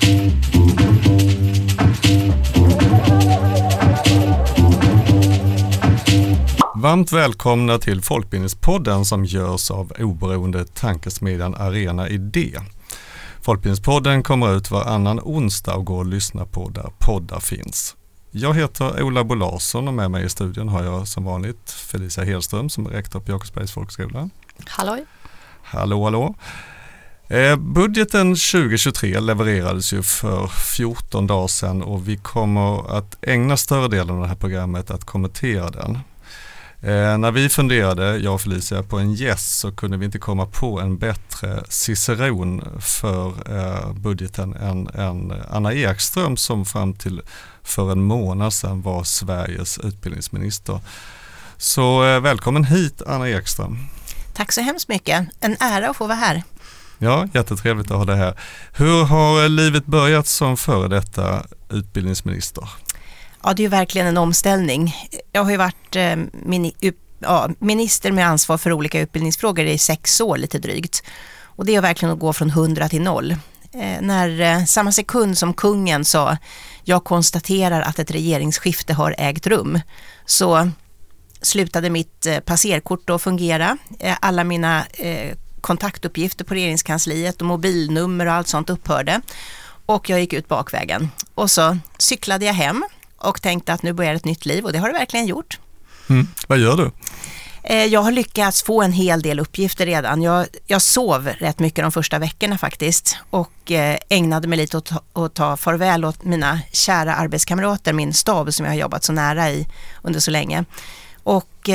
Varmt välkomna till Folkbildningspodden som görs av oberoende tankesmedjan Arena Idé. Folkbildningspodden kommer ut varannan onsdag och går att lyssna på där poddar finns. Jag heter Ola Bo Larsson och med mig i studion har jag som vanligt Felicia Hedström som är rektor på Jakobsbergs folkskola. Halloj. Hallå. Budgeten 2023 levererades ju för 14 dagar sedan och vi kommer att ägna större delen av det här programmet att kommentera den. När vi funderade, jag och Felicia, på en gäst så kunde vi inte komma på en bättre ciceron för budgeten än Anna Ekström som fram till för en månad sedan var Sveriges utbildningsminister. Så välkommen hit Anna Ekström. Tack så hemskt mycket. En ära att få vara här. Ja, jättetrevligt att ha det här. Hur har livet börjat som före detta utbildningsminister? Ja, det är ju verkligen en omställning. Jag har ju varit minister med ansvar för olika utbildningsfrågor i 6 år lite drygt. Och det är verkligen att gå från 100 till 0. När samma sekund som kungen sa jag konstaterar att ett regeringsskifte har ägt rum så slutade mitt passerkort att fungera. Alla mina kontaktuppgifter på regeringskansliet och mobilnummer och allt sånt upphörde. Och jag gick ut bakvägen. Och så cyklade jag hem och tänkte att nu börjar ett nytt liv och det har det verkligen gjort. Vad gör du? Jag har lyckats få en hel del uppgifter redan. Jag sov rätt mycket de första veckorna faktiskt och ägnade mig lite åt att ta farväl åt mina kära arbetskamrater, min stab som jag har jobbat så nära i under så länge. Och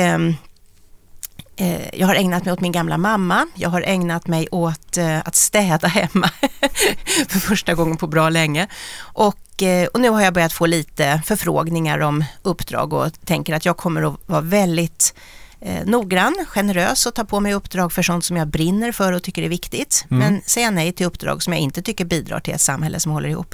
jag har ägnat mig åt min gamla mamma. Jag har ägnat mig åt att städa hemma för första gången på bra länge. Och nu har jag börjat få lite förfrågningar om uppdrag och tänker att jag kommer att vara väldigt noggrann, generös och ta på mig uppdrag för sånt som jag brinner för och tycker är viktigt. Men säga nej till uppdrag som jag inte tycker bidrar till ett samhälle som håller ihop.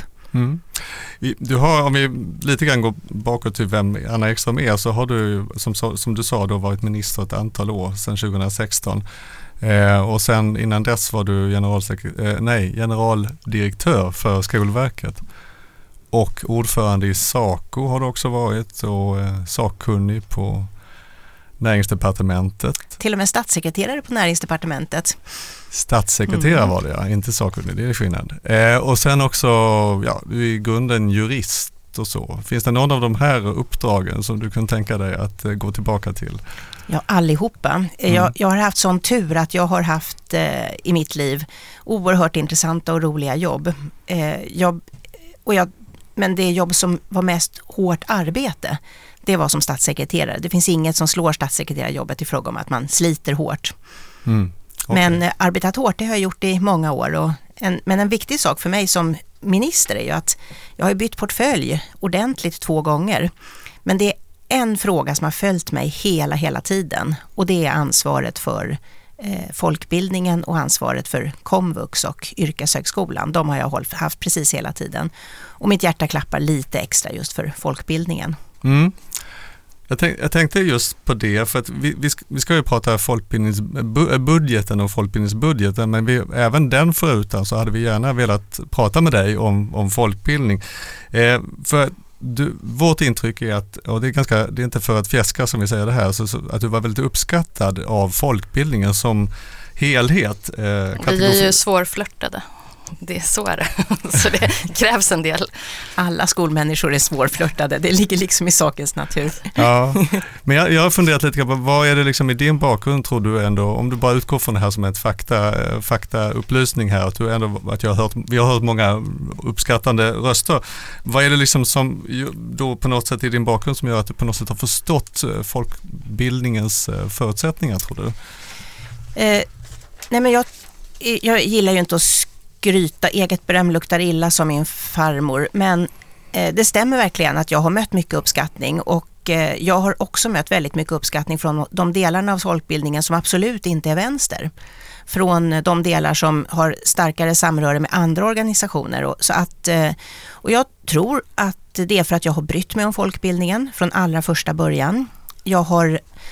Du har, om vi lite grann går bakåt till vem Anna Ekström är, så har du som du sa då varit minister ett antal år sedan 2016 och sen innan dess var du generaldirektör för Skolverket och ordförande i SACO har du också varit och sakkunnig på Näringsdepartementet. Till och med statssekreterare på Näringsdepartementet. Statssekreterare var det, ja. Inte sakkunnig, det är skillnad. Och sen också, du är i grunden jurist och så. Finns det någon av de här uppdragen som du kan tänka dig att gå tillbaka till? Ja, allihopa. Jag har haft sån tur att jag har haft i mitt liv oerhört intressanta och roliga jobb. Men det jobb som var mest hårt arbete, det var som statssekreterare. Det finns inget som slår statssekreterarjobbet i fråga om att man sliter hårt. Okay. Men arbetat hårt, det har jag gjort i många år. Men en viktig sak för mig som minister är ju att jag har bytt portfölj ordentligt 2 gånger. Men det är en fråga som har följt mig hela tiden. Och det är ansvaret för folkbildningen och ansvaret för komvux och yrkeshögskolan. De har jag haft precis hela tiden. Och mitt hjärta klappar lite extra just för folkbildningen. Jag tänkte just på det, för att vi ska ju prata folkbildningsbudgeten och folkbildningsbudgeten, men även den förutan så hade vi gärna velat prata med dig om folkbildning. För vårt intryck är att, och det är inte för att fjäska som vi säger det här, så att du var väldigt uppskattad av folkbildningen som helhet. Vi är ju svårflörtade. Det är så är det. Så det krävs en del. Alla skolmänniskor är svårflörtade. Det ligger liksom i sakens natur. Ja, men jag har funderat lite på vad är det liksom i din bakgrund tror du ändå, om du bara utgår från det här som ett faktaupplysning här, att vi har hört många uppskattande röster. Vad är det liksom som då på något sätt i din bakgrund som gör att du på något sätt har förstått folkbildningens förutsättningar, tror du? Nej, men jag gillar ju inte att skryta, eget beröm luktar illa som min farmor, men det stämmer verkligen att jag har mött mycket uppskattning och jag har också mött väldigt mycket uppskattning från de delarna av folkbildningen som absolut inte är vänster. Från de delar som har starkare samröre med andra organisationer. Och jag tror att det är för att jag har brytt mig om folkbildningen från allra första början. Jag har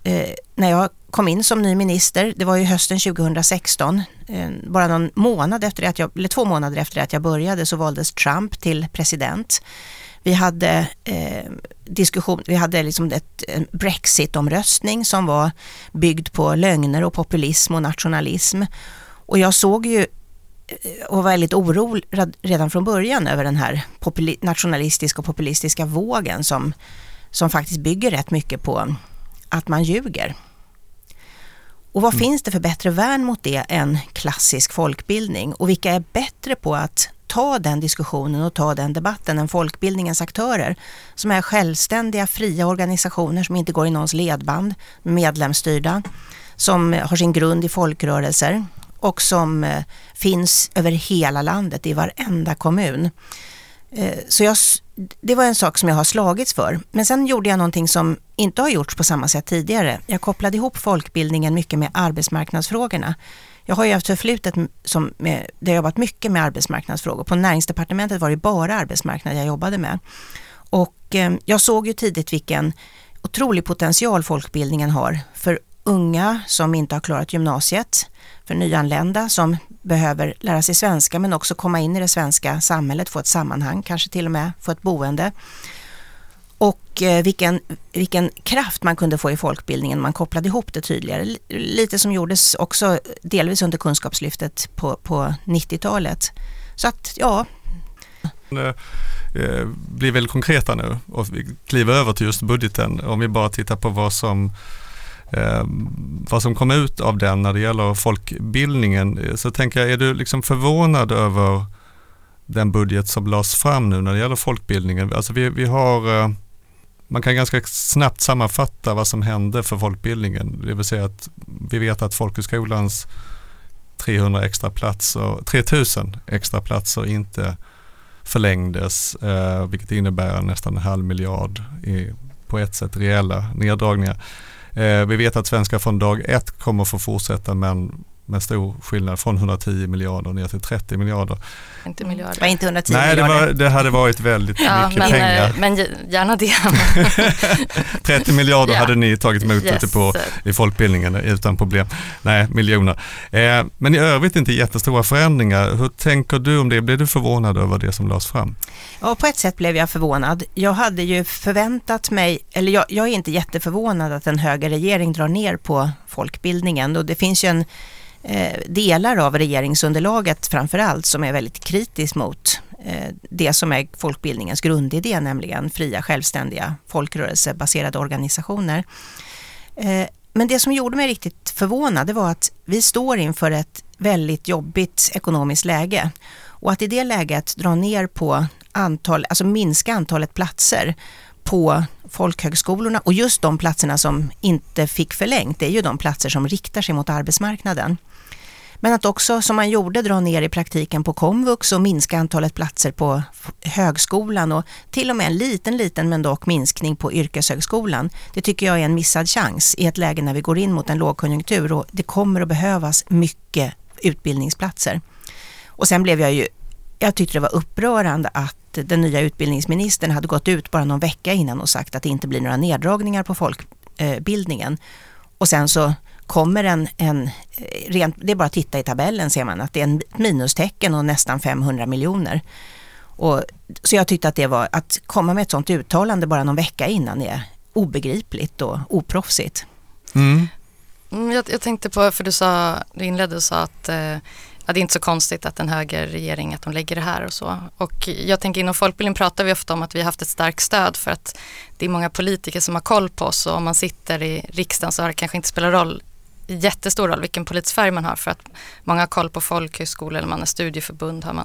när jag kom in som ny minister, det var ju hösten 2016, bara någon månad efter att eller 2 månader efter att jag började, så valdes Trump till president. Vi hade vi hade liksom en Brexit-omröstning som var byggd på lögner och populism och nationalism. Och jag såg ju och var väldigt orolig redan från början över den här nationalistiska och populistiska vågen som faktiskt bygger rätt mycket på att man ljuger. Och vad finns det för bättre värn mot det än klassisk folkbildning? Och vilka är bättre på att ta den diskussionen och ta den debatten än folkbildningens aktörer, som är självständiga, fria organisationer som inte går i någons ledband, medlemsstyrda, som har sin grund i folkrörelser och som finns över hela landet, i varenda kommun. Så det var en sak som jag har slagits för. Men sen gjorde jag någonting som inte har gjorts på samma sätt tidigare. Jag kopplade ihop folkbildningen mycket med arbetsmarknadsfrågorna. Jag har ju haft förflutet där jag jobbat mycket med arbetsmarknadsfrågor. På näringsdepartementet var det bara arbetsmarknad jag jobbade med. Och jag såg ju tidigt vilken otrolig potential folkbildningen har för unga som inte har klarat gymnasiet, för nyanlända som behöver lära sig svenska men också komma in i det svenska samhället, få ett sammanhang, kanske till och med få ett boende. Och vilken kraft man kunde få i folkbildningen, man kopplade ihop det tydligare. Lite som gjordes också delvis under kunskapslyftet på 90-talet. Så att, ja. Blir väl konkreta nu och vi kliver över till just budgeten. Om vi bara tittar på vad som kom ut av den när det gäller folkbildningen, så tänker jag, är du liksom förvånad över den budget som lades fram nu när det gäller folkbildningen? Alltså vi har, man kan ganska snabbt sammanfatta vad som hände för folkbildningen. Det vill säga att vi vet att folkhögskolans 3000 extra platser inte förlängdes, vilket innebär nästan 500 miljoner i på ett sätt reella neddragningar. Vi vet att Svenska från dag 1 kommer få fortsätta, men med stor skillnad från 110 miljarder ner till 30 miljarder. Inte miljarder. Det var inte 110 miljarder. Nej, det hade varit väldigt mycket pengar. Men gärna det. 30 miljarder hade ni tagit emot ute i folkbildningen utan problem. Nej, miljoner. Men i övrigt inte jättestora förändringar. Hur tänker du om det? Blev du förvånad över det som lades fram? Ja, på ett sätt blev jag förvånad. Jag hade ju förväntat mig, eller jag är inte jätteförvånad att en högerregering drar ner på folkbildningen. Och det finns ju delar av regeringsunderlaget framförallt som är väldigt kritiskt mot det som är folkbildningens grundidé, nämligen fria, självständiga, folkrörelsebaserade organisationer. Men det som gjorde mig riktigt förvånad, det var att vi står inför ett väldigt jobbigt ekonomiskt läge. Och att i det läget dra ner på minska antalet platser på folkhögskolorna, och just de platserna som inte fick förlängt, det är ju de platser som riktar sig mot arbetsmarknaden. Men att också, som man gjorde, dra ner i praktiken på komvux och minska antalet platser på högskolan och till och med en liten men dock minskning på yrkeshögskolan. Det tycker jag är en missad chans i ett läge när vi går in mot en lågkonjunktur och det kommer att behövas mycket utbildningsplatser. Och sen blev jag tyckte det var upprörande att den nya utbildningsministern hade gått ut bara någon vecka innan och sagt att det inte blir några neddragningar på folkbildningen. Och sen så kommer det är bara att titta i tabellen, ser man att det är en minustecken och nästan 500 miljoner. Så jag tyckte att det var, att komma med ett sånt uttalande bara någon vecka innan är obegripligt och oproffsigt. Jag tänkte på, för du inledde och sa att det är inte så konstigt att en högerregering, att de lägger det här och så. Och jag tänker, inom folkbildning pratar vi ofta om att vi har haft ett starkt stöd för att det är många politiker som har koll på oss, och om man sitter i riksdagen så har det kanske inte spelat jättestor roll vilken politisk färg man har, för att många har koll på folkhögskola eller man har studieförbund har man.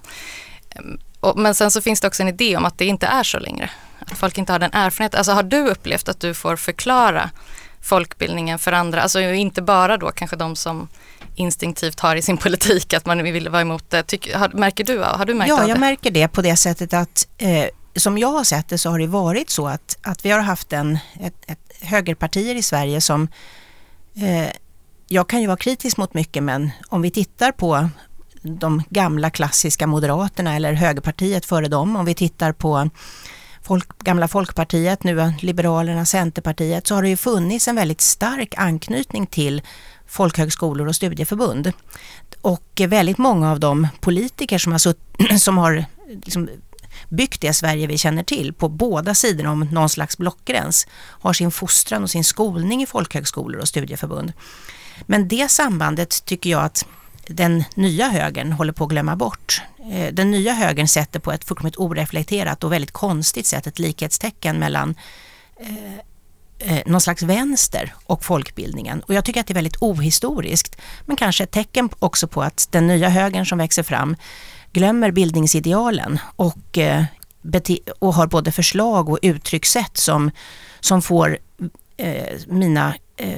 Men sen så finns det också en idé om att det inte är så längre. Att folk inte har den erfarenheten. Alltså har du upplevt att du får förklara folkbildningen för andra? Alltså inte bara då kanske de som instinktivt har i sin politik att man vill vara emot det. Har du märkt av det? Ja, jag märker det på det sättet att som jag har sett det så har det varit så att vi har haft ett högerpartier i Sverige som jag kan ju vara kritisk mot mycket, men om vi tittar på de gamla klassiska Moderaterna eller högerpartiet före dem, om vi tittar på gamla Folkpartiet, nu Liberalerna, Centerpartiet, så har det ju funnits en väldigt stark anknytning till folkhögskolor och studieförbund. Och väldigt många av de politiker som har liksom byggt det Sverige vi känner till på båda sidor om någon slags blockgräns har sin fostran och sin skolning i folkhögskolor och studieförbund. Men det sambandet tycker jag att den nya högern håller på att glömma bort. Den nya högern sätter på ett fullkomligt oreflekterat och väldigt konstigt sätt ett likhetstecken mellan någon slags vänster och folkbildningen. Och jag tycker att det är väldigt ohistoriskt, men kanske ett tecken också på att den nya högern som växer fram glömmer bildningsidealen och har både förslag och uttryckssätt som får mina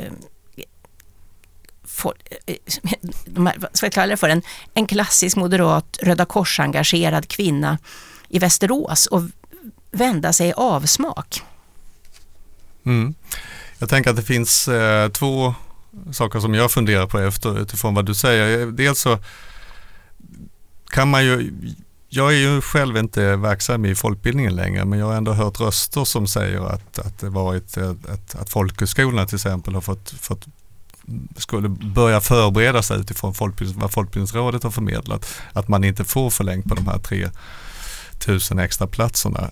vad ska jag kalla det för, en klassisk moderat Röda Kors-engagerad kvinna i Västerås och vända sig i avsmak. Jag tänker att det finns två saker som jag funderar på utifrån vad du säger. Dels så kan man ju, jag är ju själv inte verksam i folkbildningen längre, men jag har ändå hört röster som säger att det varit att folkhögskolorna till exempel har fått skulle börja förbereda sig utifrån vad Folkbildningsrådet har förmedlat, att man inte får förlängt på de här 3000 extra platserna.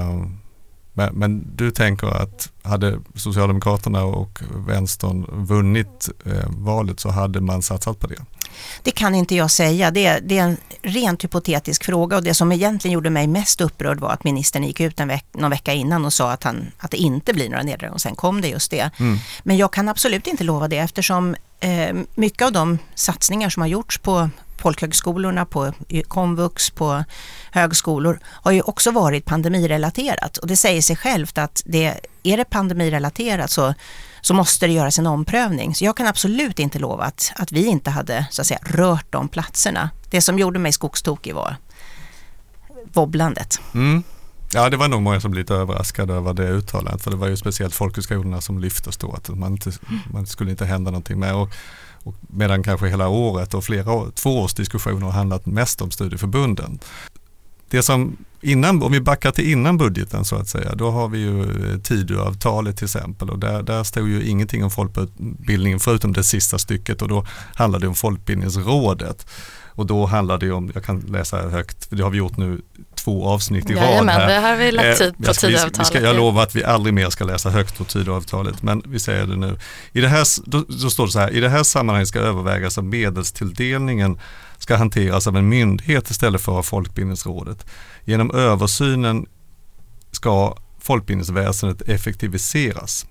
Men du tänker att hade Socialdemokraterna och Vänstern vunnit valet så hade man satsat på det? Det kan inte jag säga. Det är en rent hypotetisk fråga, och det som egentligen gjorde mig mest upprörd var att ministern gick ut någon vecka innan och sa att det inte blir några neddragningar, och sen kom det just det. Men jag kan absolut inte lova det, eftersom mycket av de satsningar som har gjorts på folkhögskolorna, på komvux, på högskolor har ju också varit pandemirelaterat, och det säger sig självt att är det pandemirelaterat så måste det göras en omprövning. Så jag kan absolut inte lova att vi inte hade så att säga rört de platserna. Det som gjorde mig skogstokig var wobblandet. Ja, det var nog många som blev lite överraskade över det uttalandet, för det var ju speciellt folkhögskolorna som lyftes då, att man skulle inte hända någonting med, och medan kanske hela året och 2 års diskussioner har handlat mest om studieförbunden. Det som om vi backar till innan budgeten så att säga, då har vi ju Tidöavtalet till exempel, och där stod ju ingenting om folkbildningen förutom det sista stycket, och då handlade det om Folkbildningsrådet. Och då handlar det om, jag kan läsa högt, för det har vi gjort nu 2 avsnitt i rad här. Men det har vi lagt tid på Tidöavtalet. Jag lovar att vi aldrig mer ska läsa högt på Tidöavtalet, men vi säger det nu. Då står det så här: i det här sammanhanget ska övervägas att medelstilldelningen ska hanteras av en myndighet istället för av Folkbildningsrådet. Genom översynen ska folkbildningsväsendet effektiviseras.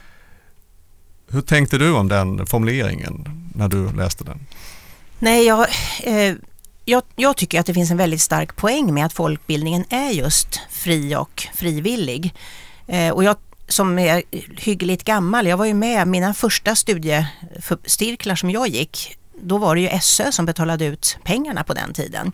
Hur tänkte du om den formuleringen när du läste den? Nej, jag tycker att det finns en väldigt stark poäng med att folkbildningen är just fri och frivillig. Och jag som är hyggligt gammal, jag var ju med mina första studiecirklar som jag gick. Då var det ju SÖ som betalade ut pengarna på den tiden.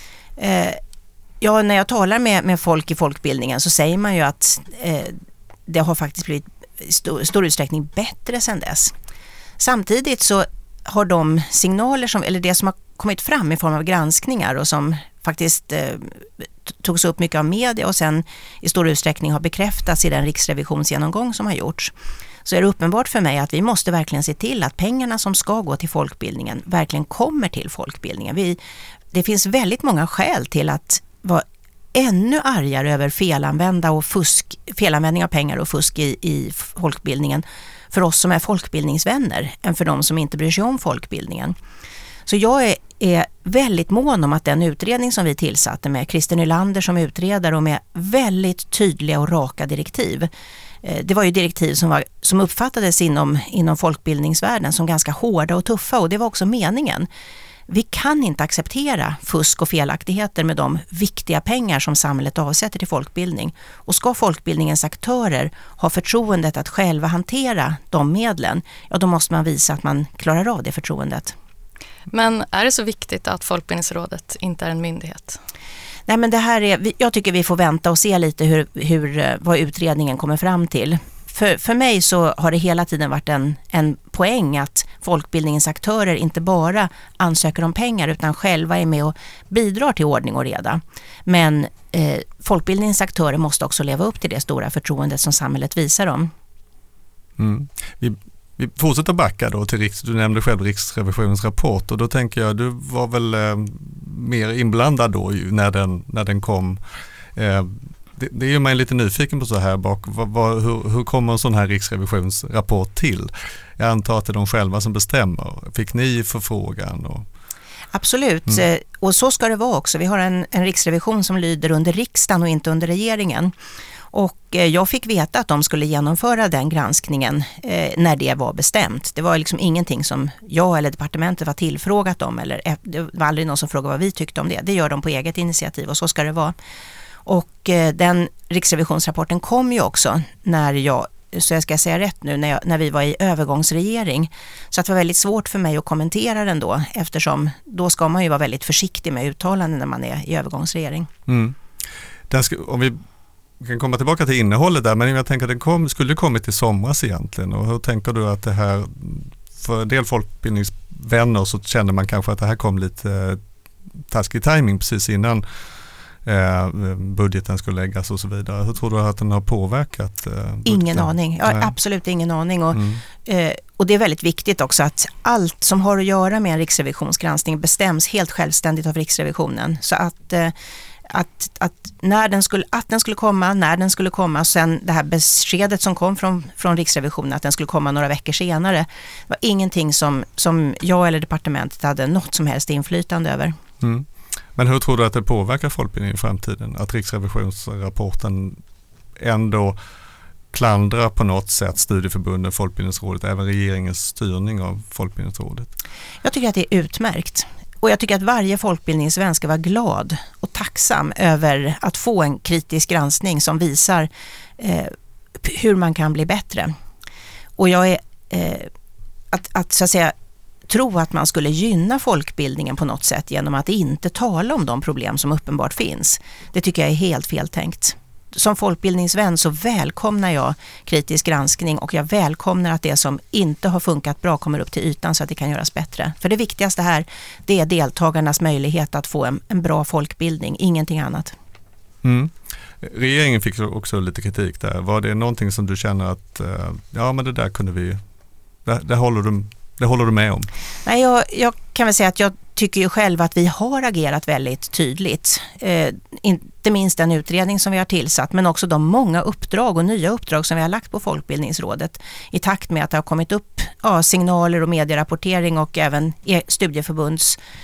När jag talar med folk i folkbildningen så säger man ju att det har faktiskt blivit i stor utsträckning bättre sedan dess. Samtidigt så har de signaler eller det som har kommit fram i form av granskningar och som faktiskt togs upp mycket av media och sen i stor utsträckning har bekräftats i den riksrevisionsgenomgång som har gjorts, så är det uppenbart för mig att vi måste verkligen se till att pengarna som ska gå till folkbildningen verkligen kommer till folkbildningen. Det finns väldigt många skäl till att vara ännu argare över felanvändning av pengar och fusk i folkbildningen för oss som är folkbildningsvänner än för de som inte bryr sig om folkbildningen. Så jag är väldigt mån om att den utredning som vi tillsatte med Christer Nylander som utredare och med väldigt tydliga och raka direktiv. Det var ju direktiv som uppfattades inom folkbildningsvärlden som ganska hårda och tuffa, och det var också meningen. Vi kan inte acceptera fusk och felaktigheter med de viktiga pengar som samhället avsätter till folkbildning. Och ska folkbildningens aktörer ha förtroendet att själva hantera de medlen, ja då måste man visa att man klarar av det förtroendet. Men är det så viktigt att Folkbildningsrådet inte är en myndighet? Nej, men jag tycker vi får vänta och se lite vad utredningen kommer fram till. för mig så har det hela tiden varit en poäng att folkbildningens aktörer inte bara ansöker om pengar utan själva är med och bidrar till ordning och reda. Men folkbildningens aktörer måste också leva upp till det stora förtroendet som samhället visar dem. Vi fortsätter backa då till du nämnde själv Riksrevisionens rapport och då tänker jag, du var väl mer inblandad då när den kom. Det är ju man lite nyfiken på så här bak. Hur kommer en sån här Riksrevisionsrapport till? Jag antar att det är de själva som bestämmer. Fick ni förfrågan? Absolut, och så ska det vara också. Vi har en riksrevision som lyder under riksdagen och inte under regeringen. Och jag fick veta att de skulle genomföra den granskningen när det var bestämt. Det var liksom ingenting som jag eller departementet var tillfrågat om. Eller det var aldrig någon som frågade vad vi tyckte om det. Det gör de på eget initiativ och så ska det vara. Och den riksrevisionsrapporten kom ju också så jag ska säga rätt nu, när vi var i övergångsregering. Så att det var väldigt svårt för mig att kommentera den då, eftersom då ska man ju vara väldigt försiktig med uttalanden när man är i övergångsregering. Om vi kan komma tillbaka till innehållet där, men jag tänker att den skulle kommit i somras egentligen. Och hur tänker du att det här, för en del folkbildningsvänner så känner man kanske att det här kom lite taskig timing precis innan budgeten skulle läggas och så vidare. Hur tror du att den har påverkat budgeten? Ingen aning. Ja, absolut ingen aning. Och det är väldigt viktigt också att allt som har att göra med en riksrevisionsgranskning bestäms helt självständigt av Riksrevisionen. Så att när den skulle komma, sen det här beskedet som kom från Riksrevisionen att den skulle komma några veckor senare, var ingenting som jag eller departementet hade något som helst inflytande över. Men hur tror du att det påverkar folkbildningen i framtiden? Att Riksrevisionsrapporten ändå klandrar på något sätt studieförbunden, Folkbildningsrådet, även regeringens styrning av Folkbildningsrådet? Jag tycker att det är utmärkt. Och jag tycker att varje folkbildningsvän ska vara glad och tacksam över att få en kritisk granskning som visar hur man kan bli bättre. Och jag är att så att säga tro att man skulle gynna folkbildningen på något sätt genom att inte tala om de problem som uppenbart finns. Det tycker jag är helt feltänkt. Som folkbildningsvän så välkomnar jag kritisk granskning och jag välkomnar att det som inte har funkat bra kommer upp till ytan så att det kan göras bättre. För det viktigaste här, det är deltagarnas möjlighet att få en bra folkbildning, ingenting annat. Regeringen fick också lite kritik där. Var det någonting som du känner att men det där kunde vi, det håller du med om? Nej, jag kan väl säga att jag tycker ju själv att vi har agerat väldigt tydligt. Inte minst den utredning som vi har tillsatt, men också de många uppdrag och nya uppdrag som vi har lagt på Folkbildningsrådet i takt med att det har kommit upp signaler och medierapportering och även studieförbund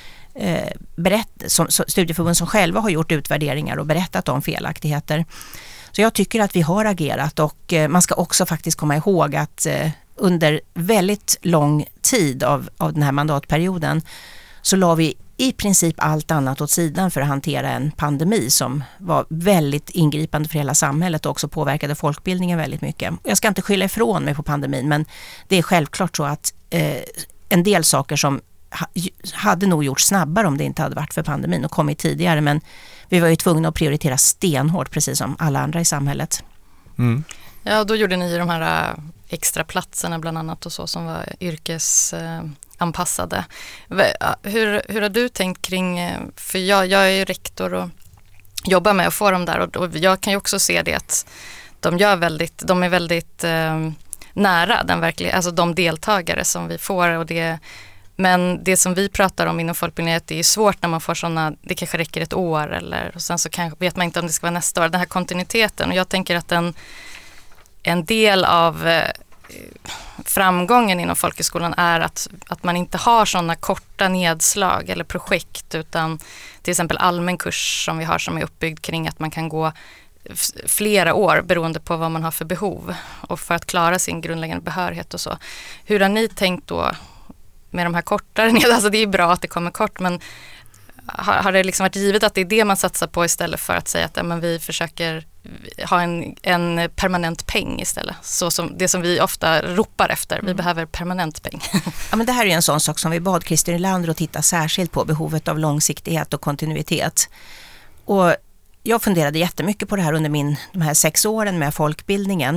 som själva har gjort utvärderingar och berättat om felaktigheter. Så jag tycker att vi har agerat och man ska också faktiskt komma ihåg att under väldigt lång tid av den här mandatperioden så la vi i princip allt annat åt sidan för att hantera en pandemi som var väldigt ingripande för hela samhället och också påverkade folkbildningen väldigt mycket. Jag ska inte skylla ifrån mig på pandemin, men det är självklart så att en del saker som hade nog gjorts snabbare om det inte hade varit för pandemin och kommit tidigare, men vi var ju tvungna att prioritera stenhårt precis som alla andra i samhället. Ja, då gjorde ni de här extra platserna bland annat och så som var yrkesanpassade. Hur har du tänkt kring, för jag är ju rektor och jobbar med att få dem där och jag kan ju också se det att de är väldigt nära den verkliga, alltså de deltagare som vi får och det. Men det som vi pratar om inom folkbildningen är att det är svårt när man får sådana, det kanske räcker ett år och sen så vet man inte om det ska vara nästa år, den här kontinuiteten. Och jag tänker att en del av framgången inom folkhögskolan är att man inte har sådana korta nedslag eller projekt, utan till exempel allmän kurs som vi har som är uppbyggd kring att man kan gå flera år beroende på vad man har för behov och för att klara sin grundläggande behörighet och så. Hur har ni tänkt då med de här kortare nedslag? Alltså det är bra att det kommer kort, men har det liksom varit givet att det är det man satsar på istället för att säga att vi försöker ha en permanent peng istället? Så som det som vi ofta ropar efter, vi behöver permanent peng. Ja, men det här är en sån sak som vi bad Christer Nylander att titta särskilt på, behovet av långsiktighet och kontinuitet. Och jag funderade jättemycket på det här under de här 6 åren med folkbildningen.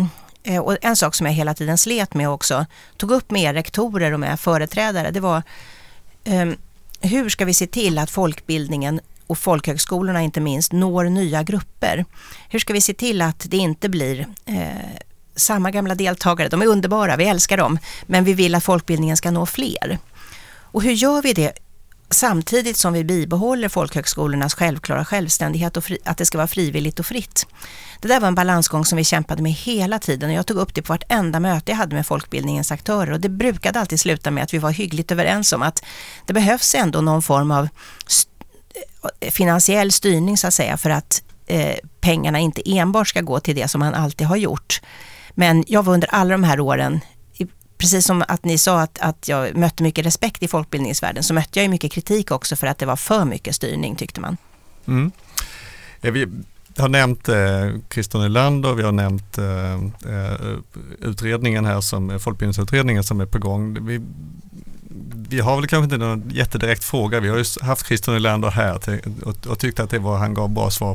och en sak som jag hela tiden slet med också, tog upp med rektorer och med företrädare, det var hur ska vi se till att folkbildningen och folkhögskolorna inte minst når nya grupper? Hur ska vi se till att det inte blir samma gamla deltagare? De är underbara, vi älskar dem, men vi vill att folkbildningen ska nå fler. Och hur gör vi det samtidigt som vi bibehåller folkhögskolornas självklara självständighet och att det ska vara frivilligt och fritt? Det där var en balansgång som vi kämpade med hela tiden och jag tog upp det på vartenda möte jag hade med folkbildningens aktörer, och det brukade alltid sluta med att vi var hyggligt överens om att det behövs ändå någon form av finansiell styrning så att säga, för att pengarna inte enbart ska gå till det som man alltid har gjort. Men jag var under alla de här åren, precis som att ni sa att jag mötte mycket respekt i folkbildningsvärlden, så mötte jag ju mycket kritik också för att det var för mycket styrning, tyckte man. Vi har nämnt Christer Nylander, vi har nämnt utredningen här, som folkbildningsutredningen som är på gång. Vi har väl kanske inte någon jättedirekt fråga. Vi har ju haft Christer Nylander här och tyckte att han gav bra svar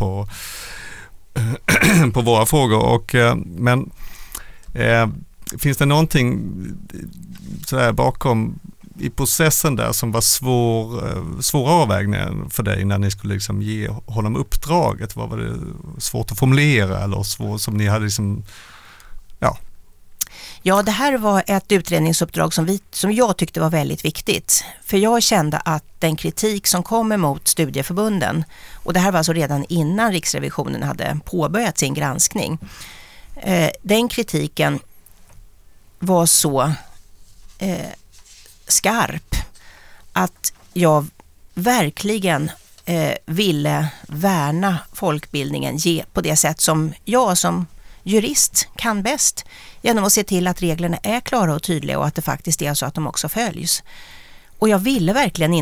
på våra frågor. Men finns det någonting sådär bakom i processen där som var svåra avvägningar för dig när ni skulle liksom ge honom uppdraget? Var det svårt att formulera eller svårt som ni hade liksom, ja? Ja, det här var ett utredningsuppdrag som jag tyckte var väldigt viktigt. För jag kände att den kritik som kom emot studieförbunden, och det här var alltså redan innan Riksrevisionen hade påbörjat sin granskning, den kritiken var så skarp att jag verkligen ville värna folkbildningen på det sätt som jag som jurist kan bäst, genom att se till att reglerna är klara och tydliga och att det faktiskt är så att de också följs. Och jag ville verkligen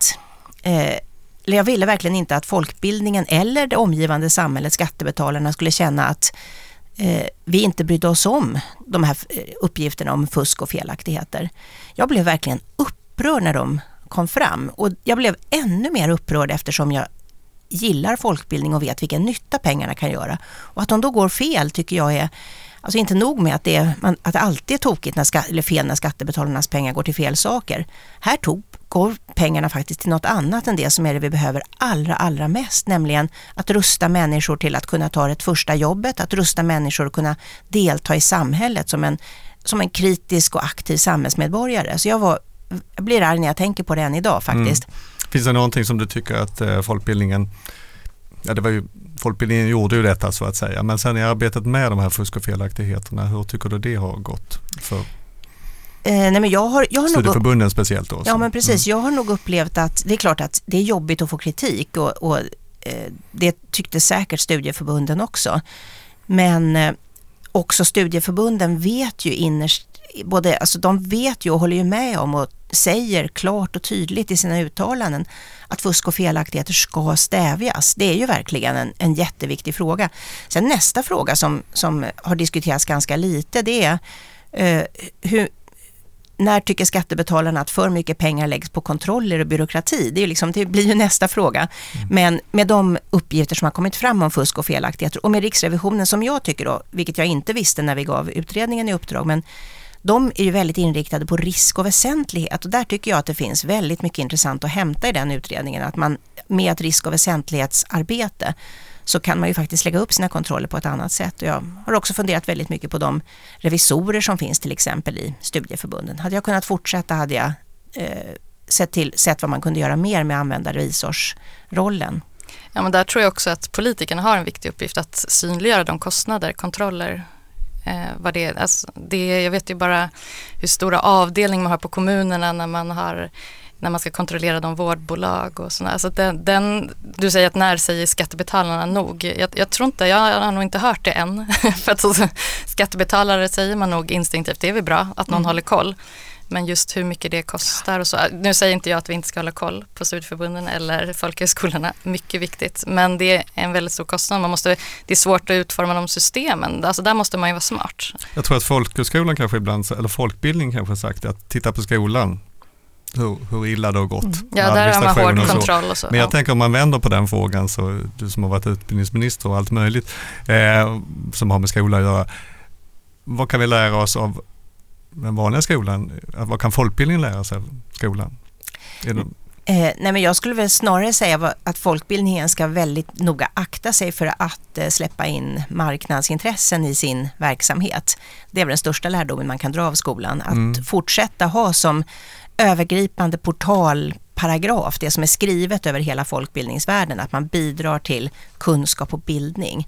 inte att folkbildningen eller det omgivande samhället, skattebetalarna, skulle känna att vi inte brydde oss om de här uppgifterna om fusk och felaktigheter. Jag blev verkligen upprörd när de kom fram, och jag blev ännu mer upprörd eftersom jag gillar folkbildning och vet vilken nytta pengarna kan göra. Och att de då går fel tycker jag är, alltså inte nog med att det alltid är tokigt eller fel när skattebetalarnas pengar går till fel saker. Här går pengarna faktiskt till något annat än det som är det vi behöver allra mest, nämligen att rusta människor till att kunna ta det första jobbet, att rusta människor att kunna delta i samhället som en kritisk och aktiv samhällsmedborgare. Så jag blir arg när jag tänker på det än idag faktiskt. Finns det någonting som du tycker att folkbildningen, folkbildningen gjorde ju detta så att säga, men sen i arbetet med de här fusk- och felaktigheterna, hur tycker du det har gått för nej, men jag har studieförbunden speciellt då? Ja, men precis. Jag har nog upplevt att det är klart att det är jobbigt att få kritik och det tyckte säkert studieförbunden också. Men också studieförbunden vet ju de vet ju och håller ju med om och säger klart och tydligt i sina uttalanden att fusk och felaktigheter ska stävjas. Det är ju verkligen en jätteviktig fråga. Sen nästa fråga som har diskuterats ganska lite, det är när tycker skattebetalarna att för mycket pengar läggs på kontroller och byråkrati? Det blir ju nästa fråga. Men med de uppgifter som har kommit fram om fusk och felaktigheter och med Riksrevisionen som jag tycker då, vilket jag inte visste när vi gav utredningen i uppdrag, men de är ju väldigt inriktade på risk och väsentlighet, och där tycker jag att det finns väldigt mycket intressant att hämta i den utredningen, att man med ett risk- och väsentlighetsarbete så kan man ju faktiskt lägga upp sina kontroller på ett annat sätt. Och jag har också funderat väldigt mycket på de revisorer som finns till exempel i studieförbunden. Hade jag kunnat fortsätta hade jag sett vad man kunde göra mer med att använda revisorsrollen. Ja, men där tror jag också att politikerna har en viktig uppgift att synliggöra de kostnader, kontroller, vad det är. Alltså, jag vet ju bara hur stora avdelningar man har på kommunerna när man ska kontrollera de vårdbolag och sådär. Alltså du säger att när säger skattebetalarna nog? Jag tror inte, jag har nog inte hört det än. För att skattebetalare säger man nog instinktivt, det är väl bra att någon håller koll. Men just hur mycket det kostar och så. Nu säger inte jag att vi inte ska hålla koll på studieförbunden eller folkhögskolorna. Mycket viktigt. Men det är en väldigt stor kostnad. Det är svårt att utforma de systemen. Alltså där måste man ju vara smart. Jag tror att folkhögskolan kanske ibland, eller folkbildning kanske sagt att titta på skolan. Hur illa det har gått. Ja, där har man hård kontroll och så. Men jag tänker om man vänder på den frågan, så du som har varit utbildningsminister och allt möjligt som har med skola att göra. vad kan vi lära oss av den vanliga skolan? Vad kan folkbildningen lära sig av skolan? Nej, men jag skulle väl snarare säga att folkbildningen ska väldigt noga akta sig för att släppa in marknadsintressen i sin verksamhet. Det är väl den största lärdomen man kan dra av skolan. Att fortsätta ha som övergripande portalparagraf det som är skrivet över hela folkbildningsvärlden, att man bidrar till kunskap och bildning.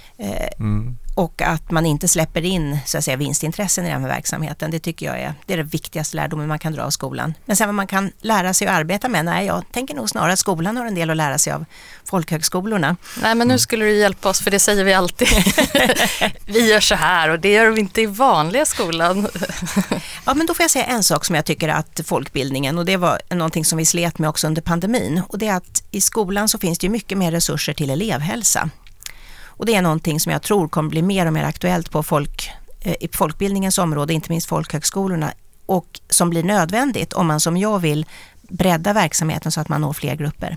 Och att man inte släpper in så att säga vinstintressen i den här verksamheten. Det tycker jag är det viktigaste lärdomen man kan dra av skolan. Men sen vad man kan lära sig att arbeta med, nej, jag tänker nog snarare att skolan har en del att lära sig av folkhögskolorna. Nej, men nu skulle du hjälpa oss, för det säger vi alltid. Vi gör så här och det gör vi inte i vanliga skolan. Ja, men då får jag säga en sak som jag tycker att folkbildningen, och det var någonting som vi slet med också under pandemin, och det är att i skolan så finns det ju mycket mer resurser till elevhälsa. Och det är någonting som jag tror kommer bli mer och mer aktuellt i folkbildningens område, inte minst folkhögskolorna, och som blir nödvändigt om man som jag vill bredda verksamheten så att man når fler grupper.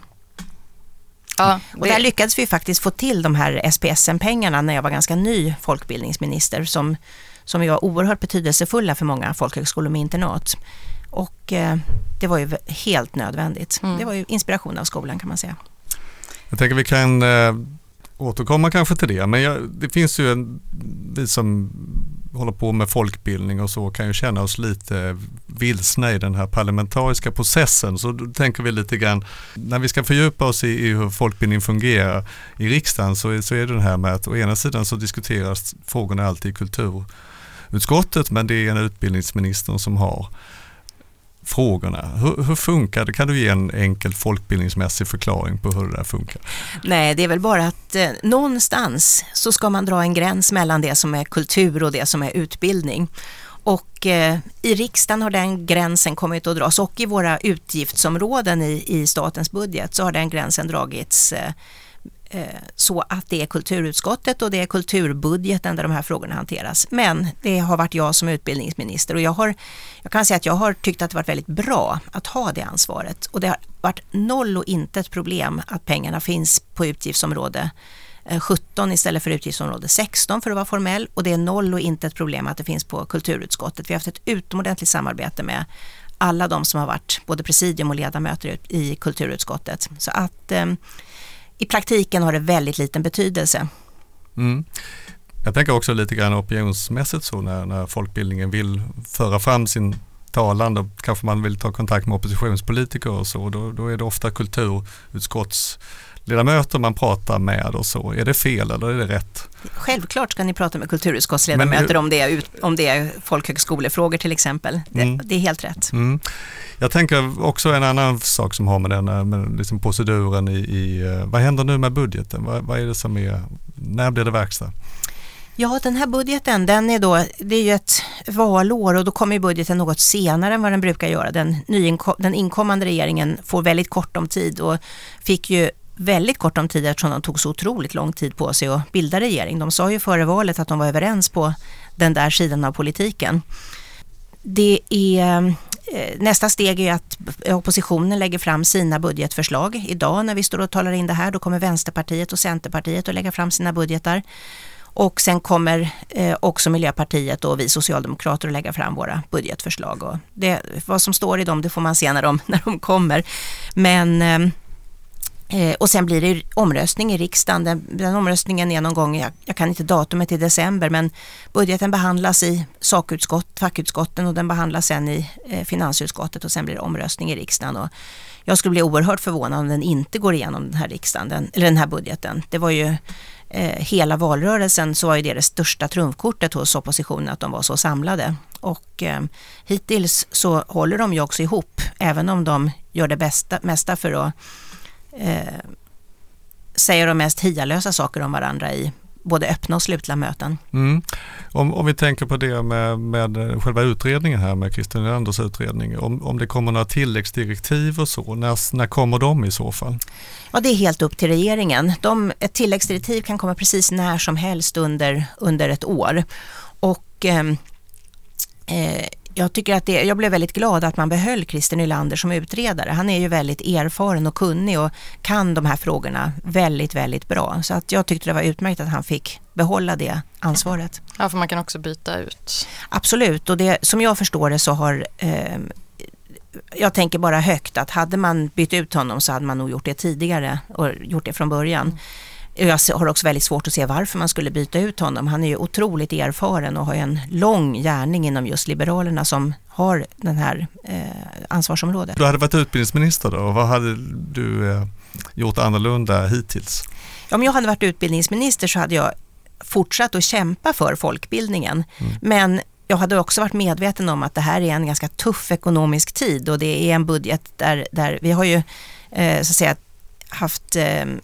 Ja, och där lyckades vi faktiskt få till de här SPSM-pengarna när jag var ganska ny folkbildningsminister som var oerhört betydelsefulla för många folkhögskolor med internat. Och det var ju helt nödvändigt. Det var ju inspiration av skolan, kan man säga. Jag tänker vi kan återkomma kanske till det, men det finns ju vi som håller på med folkbildning och så kan ju känna oss lite vilsna i den här parlamentariska processen. Så då tänker vi lite grann, när vi ska fördjupa oss i hur folkbildning fungerar i riksdagen, så är det den här med att å ena sidan så diskuteras frågorna alltid i kulturutskottet, men det är en utbildningsminister som har frågorna. Hur funkar det? Kan du ge en enkel folkbildningsmässig förklaring på hur det där funkar? Nej, det är väl bara att någonstans så ska man dra en gräns mellan det som är kultur och det som är utbildning. Och i riksdagen har den gränsen kommit att dras, och i våra utgiftsområden i statens budget så har den gränsen dragits så att det är kulturutskottet och det är kulturbudgeten där de här frågorna hanteras. Men det har varit jag som utbildningsminister, och jag kan säga att jag har tyckt att det varit väldigt bra att ha det ansvaret. Och det har varit noll och inte ett problem att pengarna finns på utgiftsområde 17 istället för utgiftsområde 16 för att vara formell, och det är noll och inte ett problem att det finns på kulturutskottet. Vi har haft ett utomordentligt samarbete med alla de som har varit både presidium och ledamöter i kulturutskottet. Så att i praktiken har det väldigt liten betydelse. Jag tänker också lite grann opinionsmässigt så när folkbildningen vill föra fram sin talan, då kanske man vill ta kontakt med oppositionspolitiker och så. Då är det ofta kulturutskottsledamöter man pratar med och så. Är det fel eller är det rätt? Självklart ska ni prata med kulturutskottsledamöter om det är folkhögskolefrågor till exempel. Det är helt rätt. Jag tänker också en annan sak som har med den med liksom proceduren i vad händer nu med budgeten? Vad är det som är, när blir det verkstad? Ja, den här budgeten, det är ju ett valår, och då kommer budgeten något senare än vad den brukar göra. Den inkommande regeringen får väldigt kort om tid och fick ju väldigt kort om tid eftersom de tog så otroligt lång tid på sig att bilda regering. De sa ju före valet att de var överens på den där sidan av politiken. Nästa steg är att oppositionen lägger fram sina budgetförslag. Idag när vi står och talar in det här, då kommer Vänsterpartiet och Centerpartiet att lägga fram sina budgetar. Och sen kommer också Miljöpartiet och vi socialdemokrater att lägga fram våra budgetförslag. Och vad som står i dem, det får man se när de kommer. Men och sen blir det omröstning i riksdagen. Den omröstningen är någon gång, jag kan inte datumet i december, men budgeten behandlas i fackutskotten och den behandlas sen i finansutskottet, och sen blir det omröstning i riksdagen. Och jag skulle bli oerhört förvånad om den inte går igenom den här budgeten. Det var ju hela valrörelsen, så var ju det största trumfkortet hos oppositionen att de var så samlade. Och hittills så håller de ju också ihop, även om de gör det mesta för att säger de mest hialösa saker om varandra i både öppna och slutna möten. Om vi tänker på det med själva utredningen här, med Christer Nylanders utredning, om det kommer några tilläggsdirektiv och så, när kommer de i så fall? Ja, det är helt upp till regeringen. Ett tilläggsdirektiv kan komma precis när som helst under ett år. Och jag tycker att jag blev väldigt glad att man behöll Christer Nylander som utredare. Han är ju väldigt erfaren och kunnig och kan de här frågorna väldigt, väldigt bra. Så att jag tyckte det var utmärkt att han fick behålla det ansvaret. Ja, för man kan också byta ut. Absolut, och det, som jag förstår det så har jag tänker bara högt att hade man bytt ut honom så hade man nog gjort det tidigare och gjort det från början. Jag har också väldigt svårt att se varför man skulle byta ut honom. Han är ju otroligt erfaren och har en lång gärning inom just Liberalerna som har den här ansvarsområdet. Du hade varit utbildningsminister då, och vad hade du gjort annorlunda hittills? Om jag hade varit utbildningsminister så hade jag fortsatt att kämpa för folkbildningen. Men jag hade också varit medveten om att det här är en ganska tuff ekonomisk tid och det är en budget där vi har ju så att säga haft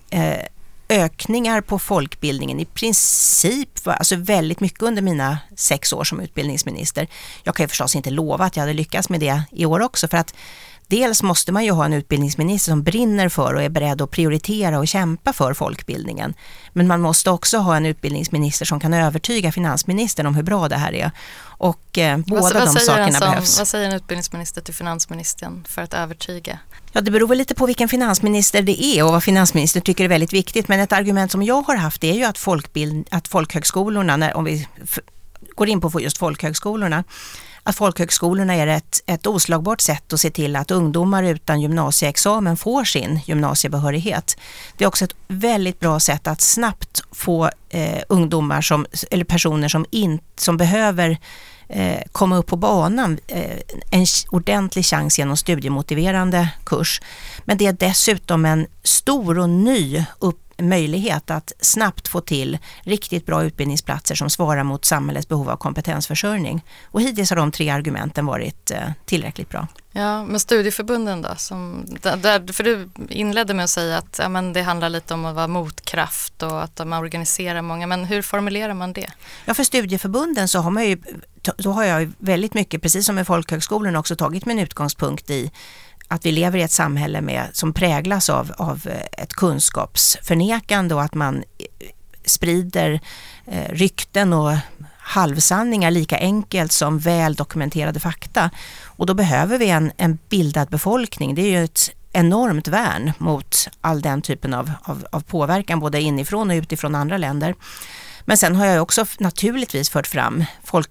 ökningar på folkbildningen i princip, alltså väldigt mycket under mina 6 år som utbildningsminister. Jag kan ju förstås inte lova att jag hade lyckats med det i år också, för att dels måste man ju ha en utbildningsminister som brinner för och är beredd att prioritera och kämpa för folkbildningen. Men man måste också ha en utbildningsminister som kan övertyga finansministern om hur bra det här är. Och båda de sakerna behövs. Vad säger en utbildningsminister till finansministern för att övertyga? Ja, det beror väl lite på vilken finansminister det är och vad finansministern tycker är väldigt viktigt. Men ett argument som jag har haft är ju att folkhögskolorna, om vi går in på just folkhögskolorna, att folkhögskolorna är ett oslagbart sätt att se till att ungdomar utan gymnasieexamen får sin gymnasiebehörighet. Det är också ett väldigt bra sätt att snabbt få ungdomar eller personer som behöver komma upp på banan en ordentlig chans genom studiemotiverande kurs. Men det är dessutom en stor och ny möjlighet att snabbt få till riktigt bra utbildningsplatser som svarar mot samhällets behov av kompetensförsörjning. Och hittills har de 3 argumenten varit tillräckligt bra. Ja, men studieförbunden då? För du inledde med att säga att men det handlar lite om att vara motkraft och att man organiserar många. Men hur formulerar man det? Ja, för studieförbunden så har jag väldigt mycket, precis som med folkhögskolan, också tagit min utgångspunkt i att vi lever i ett samhälle som präglas av ett kunskapsförnekande och att man sprider rykten och halvsanningar lika enkelt som väl dokumenterade fakta. Och då behöver vi en bildad befolkning. Det är ju ett enormt värn mot all den typen av påverkan både inifrån och utifrån andra länder. Men sen har jag också naturligtvis fört fram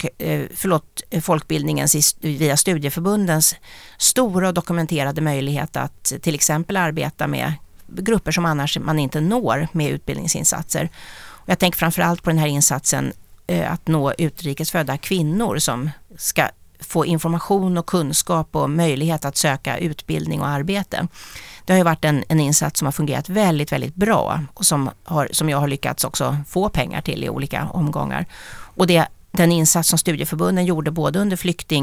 folkbildningens via studieförbundens stora och dokumenterade möjlighet att till exempel arbeta med grupper som annars man inte når med utbildningsinsatser. Och jag tänker framförallt på den här insatsen att nå utrikesfödda kvinnor som ska få information och kunskap och möjlighet att söka utbildning och arbete. Det har ju varit en insats som har fungerat väldigt, väldigt bra och som jag har lyckats också få pengar till i olika omgångar. Och den insats som studieförbunden gjorde både under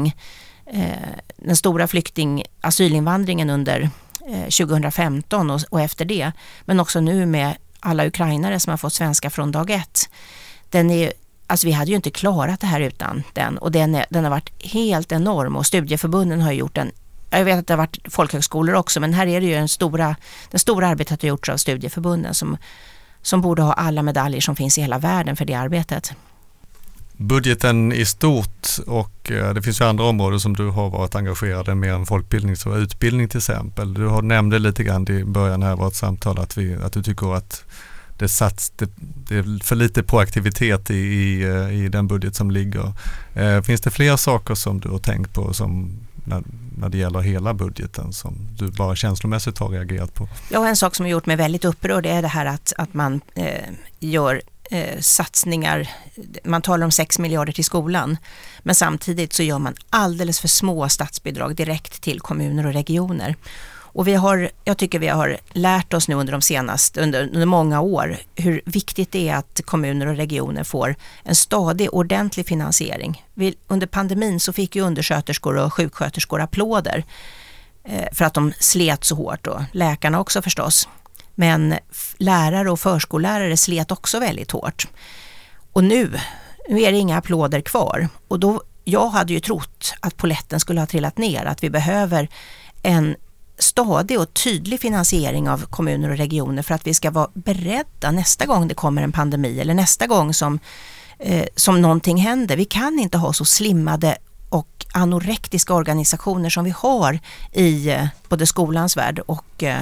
den stora asylinvandringen under 2015 och efter det, men också nu med alla ukrainare som har fått svenska från dag 1. Alltså vi hade ju inte klarat det här utan den, och den har varit helt enorm, och studieförbunden har gjort jag vet att det har varit folkhögskolor också, men här är det ju den stora arbetet har gjorts av studieförbunden som borde ha alla medaljer som finns i hela världen för det arbetet. Budgeten i stort, och det finns ju andra områden som du har varit engagerad i mer än folkbildning, så utbildning till exempel. Du nämnde lite grann i början här av vårt samtal att du tycker att det är för lite proaktivitet i den budget som ligger. Finns det fler saker som du har tänkt på som när det gäller hela budgeten som du bara känslomässigt har reagerat på? Ja, en sak som har gjort mig väldigt upprörd är det här att man gör satsningar. Man talar om 6 miljarder till skolan, men samtidigt så gör man alldeles för små statsbidrag direkt till kommuner och regioner. Och jag tycker vi har lärt oss nu under många år hur viktigt det är att kommuner och regioner får en stadig, ordentlig finansiering. Under pandemin så fick ju undersköterskor och sjuksköterskor applåder för att de slet så hårt, och läkarna också förstås. Men lärare och förskollärare slet också väldigt hårt. Och nu är det inga applåder kvar. Och jag hade ju trott att poletten skulle ha trillat ner, att vi behöver en stadig och tydlig finansiering av kommuner och regioner för att vi ska vara beredda nästa gång det kommer en pandemi eller nästa gång som någonting händer. Vi kan inte ha så slimmade och anorektiska organisationer som vi har i både skolans värld och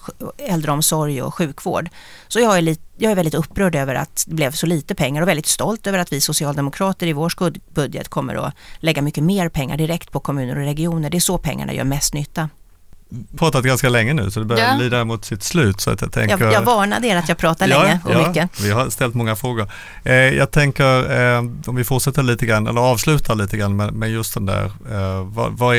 äldreomsorg och sjukvård. Så jag är väldigt upprörd över att det blev så lite pengar och väldigt stolt över att vi socialdemokrater i vår budget kommer att lägga mycket mer pengar direkt på kommuner och regioner. Det är så pengarna gör mest nytta. Pratat ganska länge nu så det börjar lida mot sitt slut. Så att jag tänker... Jag varnade er att jag pratar länge och mycket. Vi har ställt många frågor. Jag tänker om vi fortsätter lite grann eller avslutar lite grann med just den där. Vad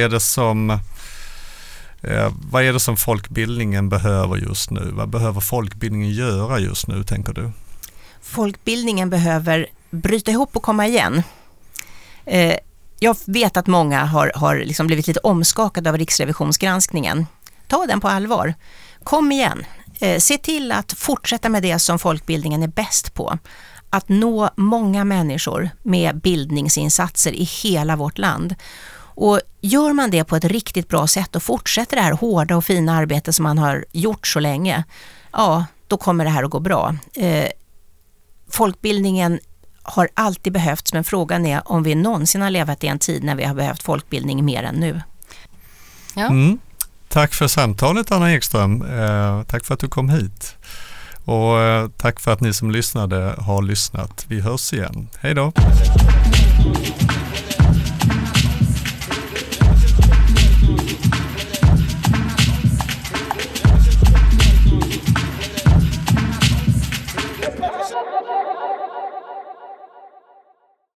är det som folkbildningen behöver just nu? Vad behöver folkbildningen göra just nu, tänker du? Folkbildningen behöver bryta ihop och komma igen. Jag vet att många har liksom blivit lite omskakade av riksrevisionsgranskningen. Ta den på allvar. Kom igen. Se till att fortsätta med det som folkbildningen är bäst på. Att nå många människor med bildningsinsatser i hela vårt land. Och gör man det på ett riktigt bra sätt och fortsätter det här hårda och fina arbetet som man har gjort så länge, ja, då kommer det här att gå bra. Folkbildningen har alltid behövts, men frågan är om vi någonsin har levat i en tid när vi har behövt folkbildning mer än nu. Ja. Tack för samtalet, Anna Ekström. Tack för att du kom hit. Och tack för att ni som lyssnade har lyssnat. Vi hörs igen. Hej då!